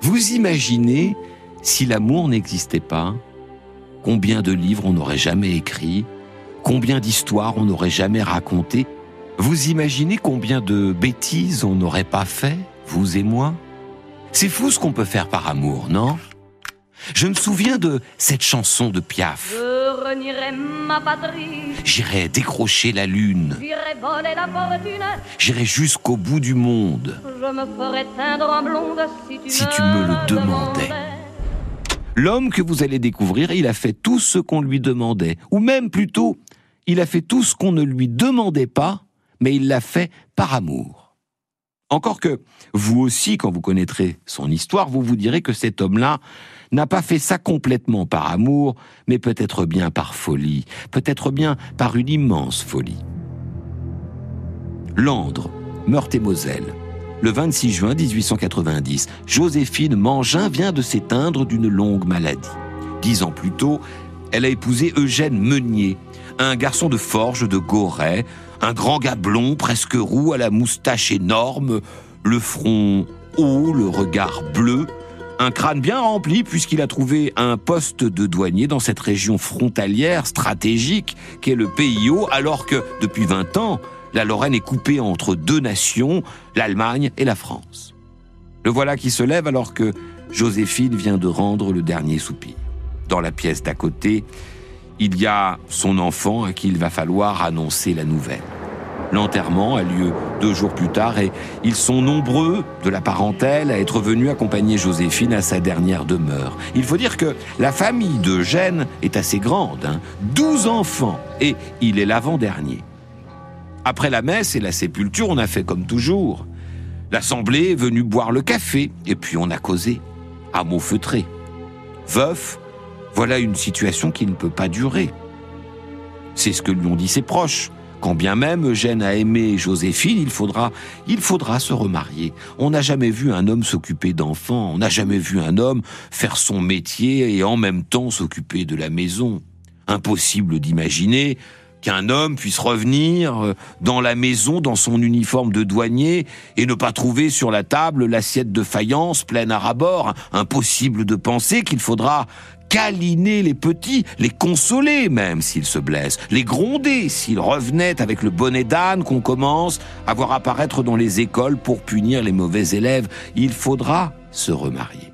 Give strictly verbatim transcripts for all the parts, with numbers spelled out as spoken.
Vous imaginez si l'amour n'existait pas, combien de livres on n'aurait jamais écrits, combien d'histoires on n'aurait jamais racontées. Vous imaginez combien de bêtises on n'aurait pas fait, vous et moi? C'est fou ce qu'on peut faire par amour, non? Je me souviens de cette chanson de Piaf. Je renierai ma patrie. J'irai décrocher la lune. J'irai voler la fortune. J'irai jusqu'au bout du monde. Je me ferai teindre en blonde si tu, si me, tu me le demandais. L'homme que vous allez découvrir, il a fait tout ce qu'on lui demandait. Ou même plutôt, il a fait tout ce qu'on ne lui demandait pas, mais il l'a fait par amour. Encore que, vous aussi, quand vous connaîtrez son histoire, vous vous direz que cet homme-là n'a pas fait ça complètement par amour, mais peut-être bien par folie, peut-être bien par une immense folie. Landres, Meurthe-et-Moselle, le vingt-six juin mille huit cent quatre-vingt-dix, Joséphine Mangin vient de s'éteindre d'une longue maladie. Dix ans plus tôt, elle a épousé Eugène Meunier, un garçon de forge de Goret, un grand gars blond, presque roux, à la moustache énorme, le front haut, le regard bleu, un crâne bien rempli puisqu'il a trouvé un poste de douanier dans cette région frontalière stratégique qu'est le P I O, alors que, depuis vingt ans, la Lorraine est coupée entre deux nations, l'Allemagne et la France. Le voilà qui se lève alors que Joséphine vient de rendre le dernier soupir. Dans la pièce d'à côté, il y a son enfant à qui il va falloir annoncer la nouvelle. L'enterrement a lieu deux jours plus tard et ils sont nombreux de la parentèle à être venus accompagner Joséphine à sa dernière demeure. Il faut dire que la famille d'Eugène est assez grande, hein, douze enfants, et il est l'avant-dernier. Après la messe et la sépulture, on a fait comme toujours. L'assemblée est venue boire le café et puis on a causé, à mots feutrés. Veuf, voilà une situation qui ne peut pas durer. C'est ce que lui ont dit ses proches. Quand bien même Eugène a aimé Joséphine, il faudra, il faudra se remarier. On n'a jamais vu un homme s'occuper d'enfants, on n'a jamais vu un homme faire son métier et en même temps s'occuper de la maison. Impossible d'imaginer qu'un homme puisse revenir dans la maison dans son uniforme de douanier et ne pas trouver sur la table l'assiette de faïence pleine à ras-bord. Impossible de penser qu'il faudra câliner les petits, les consoler même s'ils se blessent, les gronder s'ils revenaient avec le bonnet d'âne qu'on commence à voir apparaître dans les écoles pour punir les mauvais élèves. Il faudra se remarier.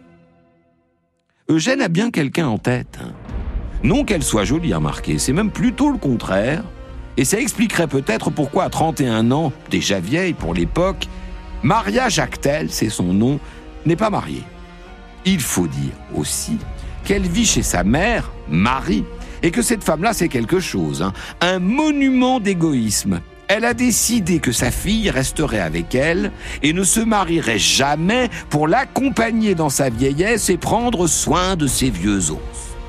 Eugène a bien quelqu'un en tête. Hein. Non qu'elle soit jolie, remarquez, c'est même plutôt le contraire. Et ça expliquerait peut-être pourquoi à trente et un ans, déjà vieille pour l'époque, Maria Jactel, c'est son nom, n'est pas mariée. Il faut dire aussi qu'elle vit chez sa mère, Marie, et que cette femme-là, c'est quelque chose, hein, un monument d'égoïsme. Elle a décidé que sa fille resterait avec elle et ne se marierait jamais pour l'accompagner dans sa vieillesse et prendre soin de ses vieux os.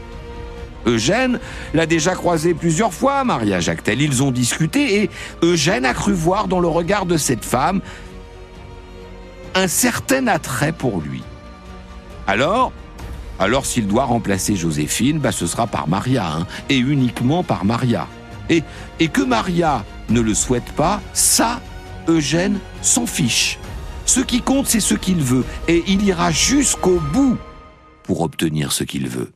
Eugène l'a déjà croisée plusieurs fois, Maria Jactel. Ils ont discuté et Eugène a cru voir dans le regard de cette femme un certain attrait pour lui. Alors, alors s'il doit remplacer Joséphine, bah ce sera par Maria, hein, et uniquement par Maria. Et, et que Maria ne le souhaite pas, ça, Eugène s'en fiche. Ce qui compte, c'est ce qu'il veut, et il ira jusqu'au bout pour obtenir ce qu'il veut.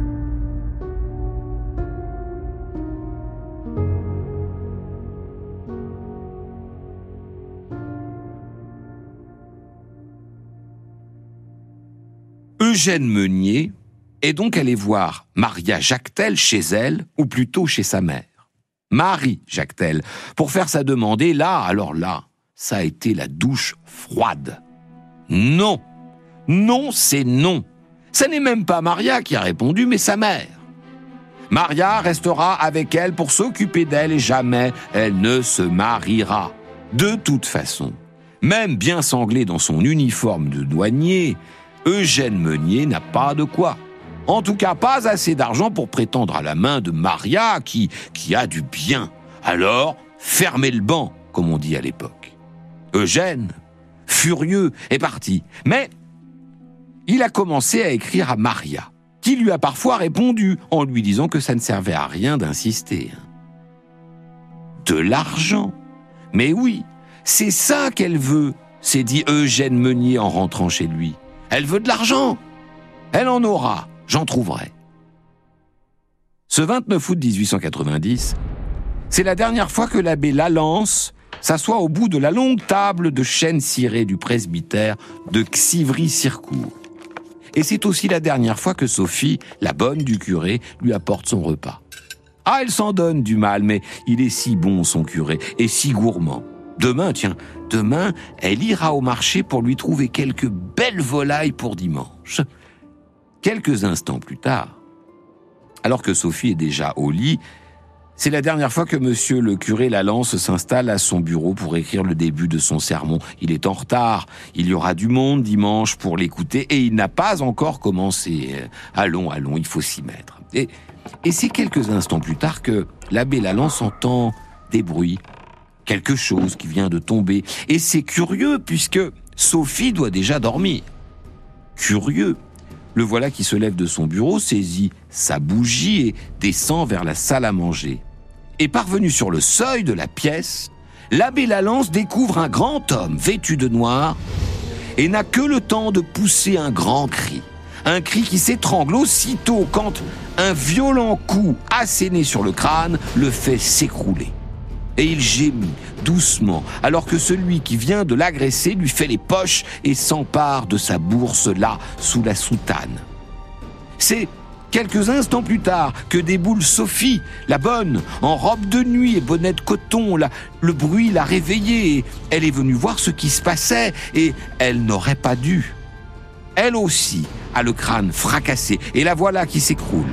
Eugène Meunier est donc allé voir Maria Jactel chez elle, ou plutôt chez sa mère. Marie Jactel, pour faire sa demande. Et là, alors là, ça a été la douche froide. Non, non, c'est non. Ça n'est même pas Maria qui a répondu, mais sa mère. Maria restera avec elle pour s'occuper d'elle et jamais elle ne se mariera. De toute façon, même bien sanglé dans son uniforme de douanier, Eugène Meunier n'a pas de quoi. En tout cas, pas assez d'argent pour prétendre à la main de Maria qui, qui a du bien. Alors, fermez le banc, comme on dit à l'époque. Eugène, furieux, est parti. Mais il a commencé à écrire à Maria, qui lui a parfois répondu en lui disant que ça ne servait à rien d'insister. De l'argent. Mais oui, c'est ça qu'elle veut, s'est dit Eugène Meunier en rentrant chez lui. Elle veut de l'argent. Elle en aura, j'en trouverai. » Ce vingt-neuf août mille huit cent quatre-vingt-dix, c'est la dernière fois que l'abbé Lalance s'assoit au bout de la longue table de chêne ciré du presbytère de Xivry-Circourt. Et c'est aussi la dernière fois que Sophie, la bonne du curé, lui apporte son repas. Ah, elle s'en donne du mal, mais il est si bon, son curé, et si gourmand. Demain, tiens, demain, elle ira au marché pour lui trouver quelques belles volailles pour dimanche. Quelques instants plus tard, alors que Sophie est déjà au lit, c'est la dernière fois que monsieur le curé Lalance s'installe à son bureau pour écrire le début de son sermon. Il est en retard, il y aura du monde dimanche pour l'écouter et il n'a pas encore commencé. Allons, allons, il faut s'y mettre. Et, et c'est quelques instants plus tard que l'abbé Lalance entend des bruits, quelque chose qui vient de tomber. Et c'est curieux puisque Sophie doit déjà dormir. Curieux. Le voilà qui se lève de son bureau, saisit sa bougie et descend vers la salle à manger. Et parvenu sur le seuil de la pièce, l'abbé Lalance découvre un grand homme vêtu de noir et n'a que le temps de pousser un grand cri. Un cri qui s'étrangle aussitôt quand un violent coup asséné sur le crâne le fait s'écrouler. Et il gémit doucement, alors que celui qui vient de l'agresser lui fait les poches et s'empare de sa bourse là, sous la soutane. C'est quelques instants plus tard que déboule Sophie, la bonne, en robe de nuit et bonnet de coton. La, le bruit l'a réveillée. Elle est venue voir ce qui se passait et elle n'aurait pas dû. Elle aussi a le crâne fracassé et la voilà qui s'écroule.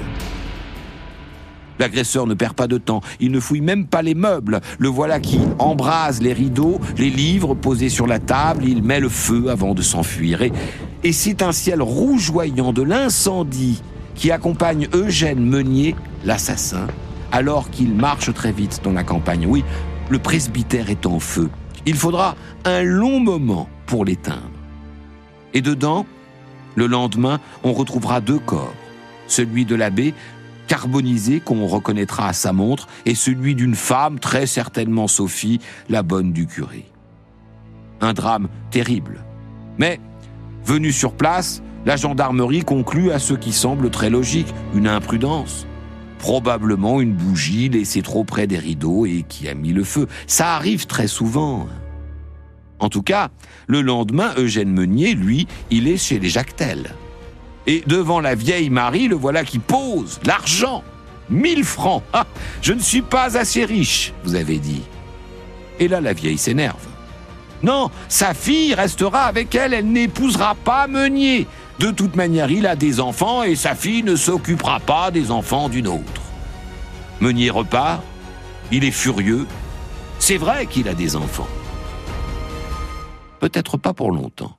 L'agresseur ne perd pas de temps, il ne fouille même pas les meubles. Le voilà qui embrase les rideaux, les livres posés sur la table, il met le feu avant de s'enfuir. Et, et c'est un ciel rougeoyant de l'incendie qui accompagne Eugène Meunier, l'assassin, alors qu'il marche très vite dans la campagne. Oui, le presbytère est en feu. Il faudra un long moment pour l'éteindre. Et dedans, le lendemain, on retrouvera deux corps. Celui de l'abbé, carbonisé qu'on reconnaîtra à sa montre, et celui d'une femme, très certainement Sophie, la bonne du curé. Un drame terrible. Mais, venu sur place, la gendarmerie conclut à ce qui semble très logique, une imprudence. Probablement une bougie laissée trop près des rideaux et qui a mis le feu. Ça arrive très souvent. En tout cas, le lendemain, Eugène Meunier, lui, il est chez les Jactel. Et devant la vieille Marie, le voilà qui pose l'argent. Mille francs. Ah, je ne suis pas assez riche, vous avez dit. Et là, la vieille s'énerve. Non, sa fille restera avec elle, elle n'épousera pas Meunier. De toute manière, il a des enfants et sa fille ne s'occupera pas des enfants d'une autre. Meunier repart, il est furieux. C'est vrai qu'il a des enfants. Peut-être pas pour longtemps.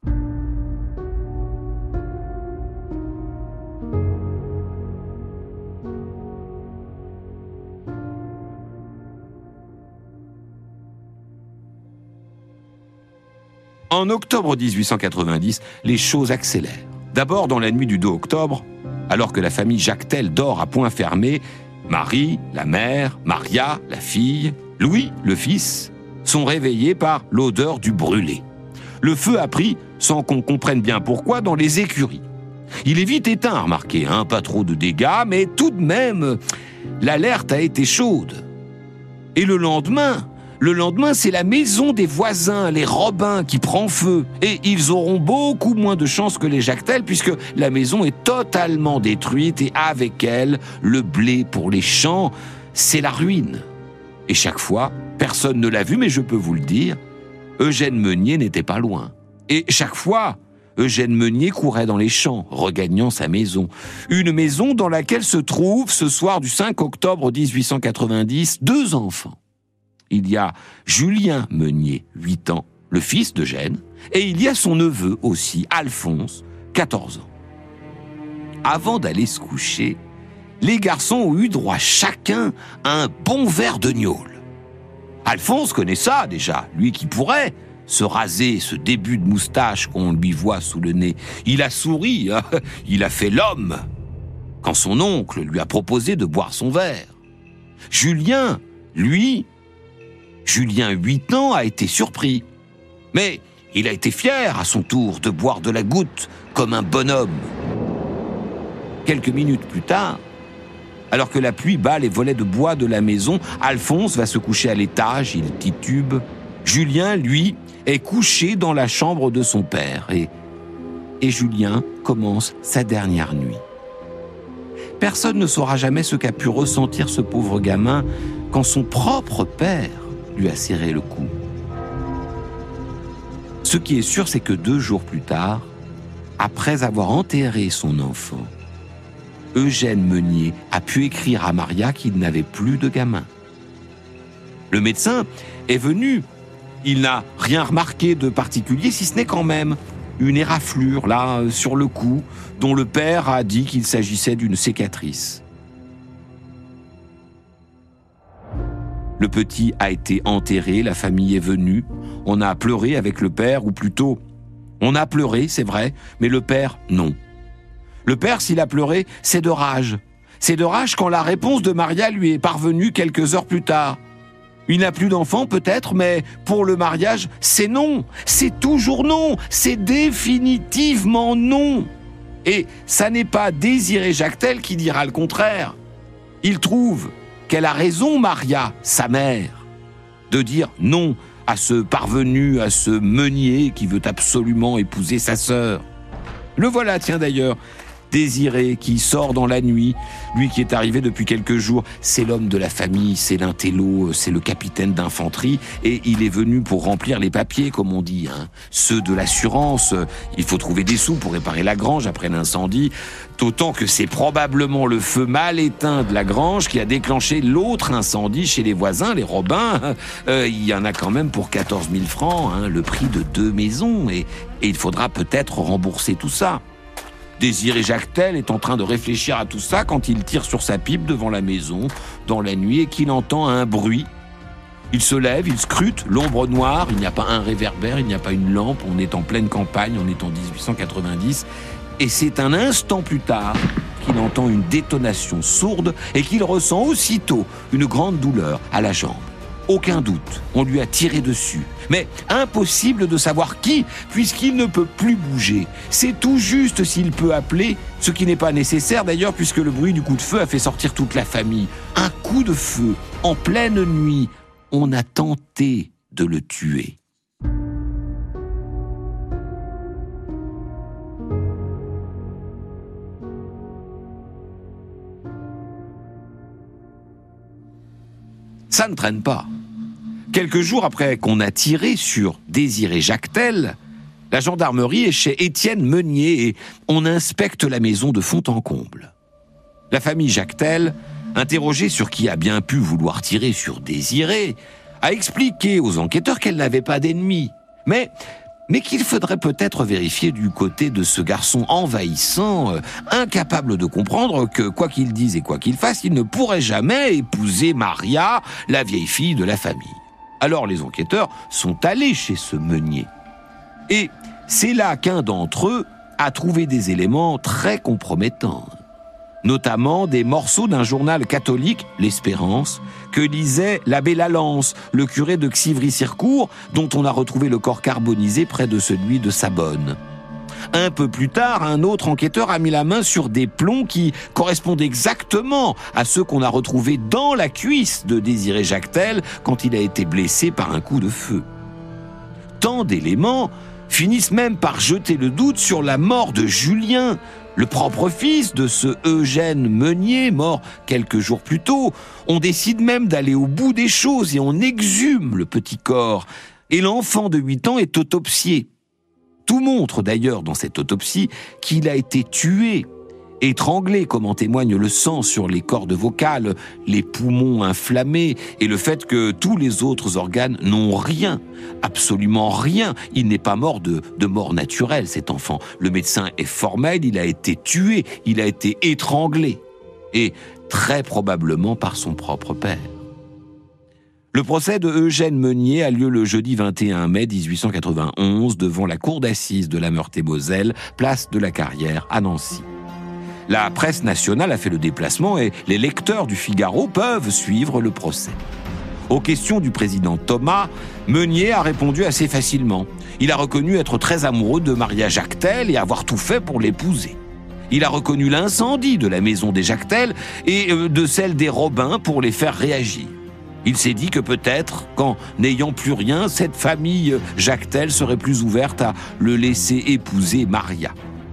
En octobre mille huit cent quatre-vingt-dix, les choses accélèrent. D'abord, dans la nuit du deux octobre, alors que la famille Jactel dort à point fermé, Marie, la mère, Maria, la fille, Louis, le fils, sont réveillés par l'odeur du brûlé. Le feu a pris, sans qu'on comprenne bien pourquoi, dans les écuries. Il est vite éteint, remarquez, hein, pas trop de dégâts, mais tout de même, l'alerte a été chaude. Et le lendemain, le lendemain, c'est la maison des voisins, les Robins, qui prend feu. Et ils auront beaucoup moins de chance que les Jactel, puisque la maison est totalement détruite et avec elle, le blé pour les champs, c'est la ruine. Et chaque fois, personne ne l'a vu, mais je peux vous le dire, Eugène Meunier n'était pas loin. Et chaque fois, Eugène Meunier courait dans les champs, regagnant sa maison. Une maison dans laquelle se trouvent, ce soir du cinq octobre mille huit cent quatre-vingt-dix, deux enfants. Il y a Julien Meunier, huit ans, le fils d'Eugène, et il y a son neveu aussi, Alphonse, quatorze ans. Avant d'aller se coucher, les garçons ont eu droit chacun à un bon verre de gnôle. Alphonse connaît ça déjà, lui qui pourrait se raser ce début de moustache qu'on lui voit sous le nez. Il a souri, hein, il a fait l'homme, quand son oncle lui a proposé de boire son verre. Julien, lui... Julien, huit ans, a été surpris. Mais Il a été fier, à son tour, de boire de la goutte, comme un bonhomme. Quelques minutes plus tard, alors que la pluie bat les volets de bois de la maison, Alphonse va se coucher à l'étage, il titube. Julien, lui, est couché dans la chambre de son père. Et, et Julien commence sa dernière nuit. Personne ne saura jamais ce qu'a pu ressentir ce pauvre gamin quand son propre père lui a serré le cou. Ce qui est sûr, c'est que deux jours plus tard, après avoir enterré son enfant, Eugène Meunier a pu écrire à Maria qu'il n'avait plus de gamin. Le médecin est venu. Il n'a rien remarqué de particulier, si ce n'est quand même une éraflure, là, sur le cou, dont le père a dit qu'il s'agissait d'une cicatrice. Le petit a été enterré, la famille est venue. On a pleuré avec le père, ou plutôt, on a pleuré, c'est vrai, mais le père, non. Le père, s'il a pleuré, c'est de rage. C'est de rage quand la réponse de Maria lui est parvenue quelques heures plus tard. Il n'a plus d'enfant peut-être, mais pour le mariage, c'est non. C'est toujours non. C'est définitivement non. Et ça n'est pas Désiré Jactel qui dira le contraire. Il trouve qu'elle a raison, Maria, sa mère, de dire non à ce parvenu, à ce meunier qui veut absolument épouser sa sœur. Le voilà, tiens d'ailleurs, Désiré, qui sort dans la nuit, lui qui est arrivé depuis quelques jours, c'est l'homme de la famille, c'est l'intello, c'est le capitaine d'infanterie, et il est venu pour remplir les papiers, comme on dit, hein. Ceux de l'assurance, il faut trouver des sous pour réparer la grange après l'incendie, d'autant que c'est probablement le feu mal éteint de la grange qui a déclenché l'autre incendie chez les voisins, les Robins. Euh, il y en a quand même pour quatorze mille francs, hein, le prix de deux maisons, et, et il faudra peut-être rembourser tout ça. Désiré Jactel est en train de réfléchir à tout ça quand il tire sur sa pipe devant la maison, dans la nuit, et qu'il entend un bruit. Il se lève, il scrute, l'ombre noire, il n'y a pas un réverbère, il n'y a pas une lampe, on est en pleine campagne, on est en dix-huit cent quatre-vingt-dix, et c'est un instant plus tard qu'il entend une détonation sourde et qu'il ressent aussitôt une grande douleur à la jambe. Aucun doute, on lui a tiré dessus. Mais impossible de savoir qui, puisqu'il ne peut plus bouger. C'est tout juste s'il peut appeler, ce qui n'est pas nécessaire d'ailleurs, puisque le bruit du coup de feu a fait sortir toute la famille. Un coup de feu, en pleine nuit, on a tenté de le tuer. Ça ne traîne pas. Quelques jours après qu'on a tiré sur Désiré Jactel, la gendarmerie est chez Étienne Meunier et on inspecte la maison de fond en comble. La famille Jactel, interrogée sur qui a bien pu vouloir tirer sur Désiré, a expliqué aux enquêteurs qu'elle n'avait pas d'ennemis, mais, mais qu'il faudrait peut-être vérifier du côté de ce garçon envahissant, euh, incapable de comprendre que, quoi qu'il dise et quoi qu'il fasse, il ne pourrait jamais épouser Maria, la vieille fille de la famille. Alors les enquêteurs sont allés chez ce meunier. Et c'est là qu'un d'entre eux a trouvé des éléments très compromettants, notamment des morceaux d'un journal catholique, l'Espérance, que lisait l'abbé Lalance, le curé de Xivry-Circourt, dont on a retrouvé le corps carbonisé près de celui de Sabonne. Un peu plus tard, un autre enquêteur a mis la main sur des plombs qui correspondent exactement à ceux qu'on a retrouvés dans la cuisse de Désiré Jactel quand il a été blessé par un coup de feu. Tant d'éléments finissent même par jeter le doute sur la mort de Julien, le propre fils de ce Eugène Meunier, mort quelques jours plus tôt. On décide même d'aller au bout des choses et on exhume le petit corps. Et l'enfant de huit ans est autopsié. Tout montre d'ailleurs dans cette autopsie qu'il a été tué, étranglé, comme en témoigne le sang sur les cordes vocales, les poumons inflammés et le fait que tous les autres organes n'ont rien, absolument rien. Il n'est pas mort de, de mort naturelle, cet enfant. Le médecin est formel, il a été tué, il a été étranglé, et très probablement par son propre père. Le procès de Eugène Meunier a lieu le jeudi vingt et un mai dix-huit cent quatre-vingt-onze devant la cour d'assises de la Meurthe-et-Moselle, place de la Carrière à Nancy. La presse nationale a fait le déplacement et les lecteurs du Figaro peuvent suivre le procès. Aux questions du président Thomas, Meunier a répondu assez facilement. Il a reconnu être très amoureux de Maria Jactel et avoir tout fait pour l'épouser. Il a reconnu l'incendie de la maison des Jactel et de celle des Robin pour les faire réagir. Il s'est dit que peut-être, qu'en n'ayant plus rien, cette famille Jactel serait plus ouverte à le laisser épouser Maria.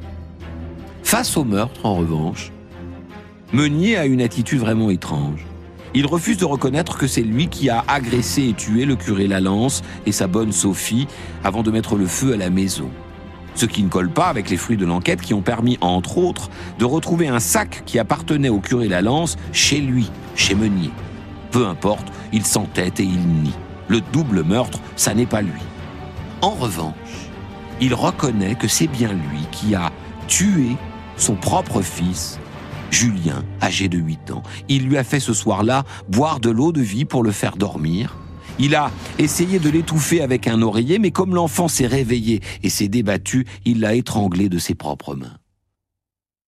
Face au meurtre, en revanche, Meunier a une attitude vraiment étrange. Il refuse de reconnaître que c'est lui qui a agressé et tué le curé Lalance et sa bonne Sophie avant de mettre le feu à la maison. Ce qui ne colle pas avec les fruits de l'enquête qui ont permis, entre autres, de retrouver un sac qui appartenait au curé Lalance chez lui, chez Meunier. Peu importe, il s'entête et il nie. Le double meurtre, ça n'est pas lui. En revanche, il reconnaît que c'est bien lui qui a tué son propre fils, Julien, âgé de huit ans. Il lui a fait ce soir-là boire de l'eau de vie pour le faire dormir. Il a essayé de l'étouffer avec un oreiller, mais comme l'enfant s'est réveillé et s'est débattu, il l'a étranglé de ses propres mains. Pourquoi ?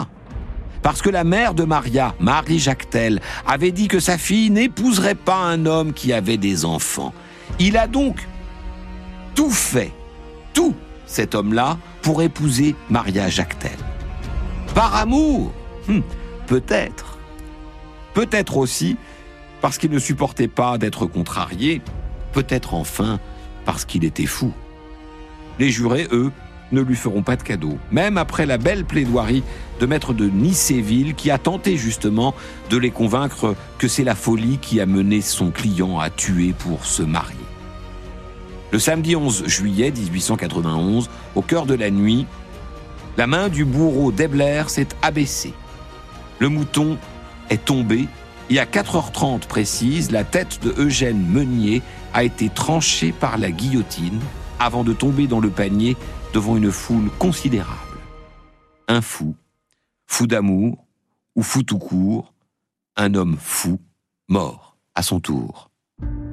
Parce que la mère de Maria, Marie Jactel, avait dit que sa fille n'épouserait pas un homme qui avait des enfants. Il a donc tout fait, tout, cet homme-là, pour épouser Maria Jactel. Par amour, hum, peut-être. Peut-être aussi parce qu'il ne supportait pas d'être contrarié, peut-être enfin parce qu'il était fou. Les jurés, eux, ne lui feront pas de cadeau, même après la belle plaidoirie de maître de Nicéville qui a tenté justement de les convaincre que c'est la folie qui a mené son client à tuer pour se marier. Le samedi onze juillet dix-huit cent quatre-vingt-onze, au cœur de la nuit, la main du bourreau d'Ebler s'est abaissée. Le mouton est tombé et à quatre heures trente précise, la tête de Eugène Meunier a été tranchée par la guillotine avant de tomber dans le panier devant une foule considérable. Un fou, fou d'amour ou fou tout court, un homme fou, mort à son tour.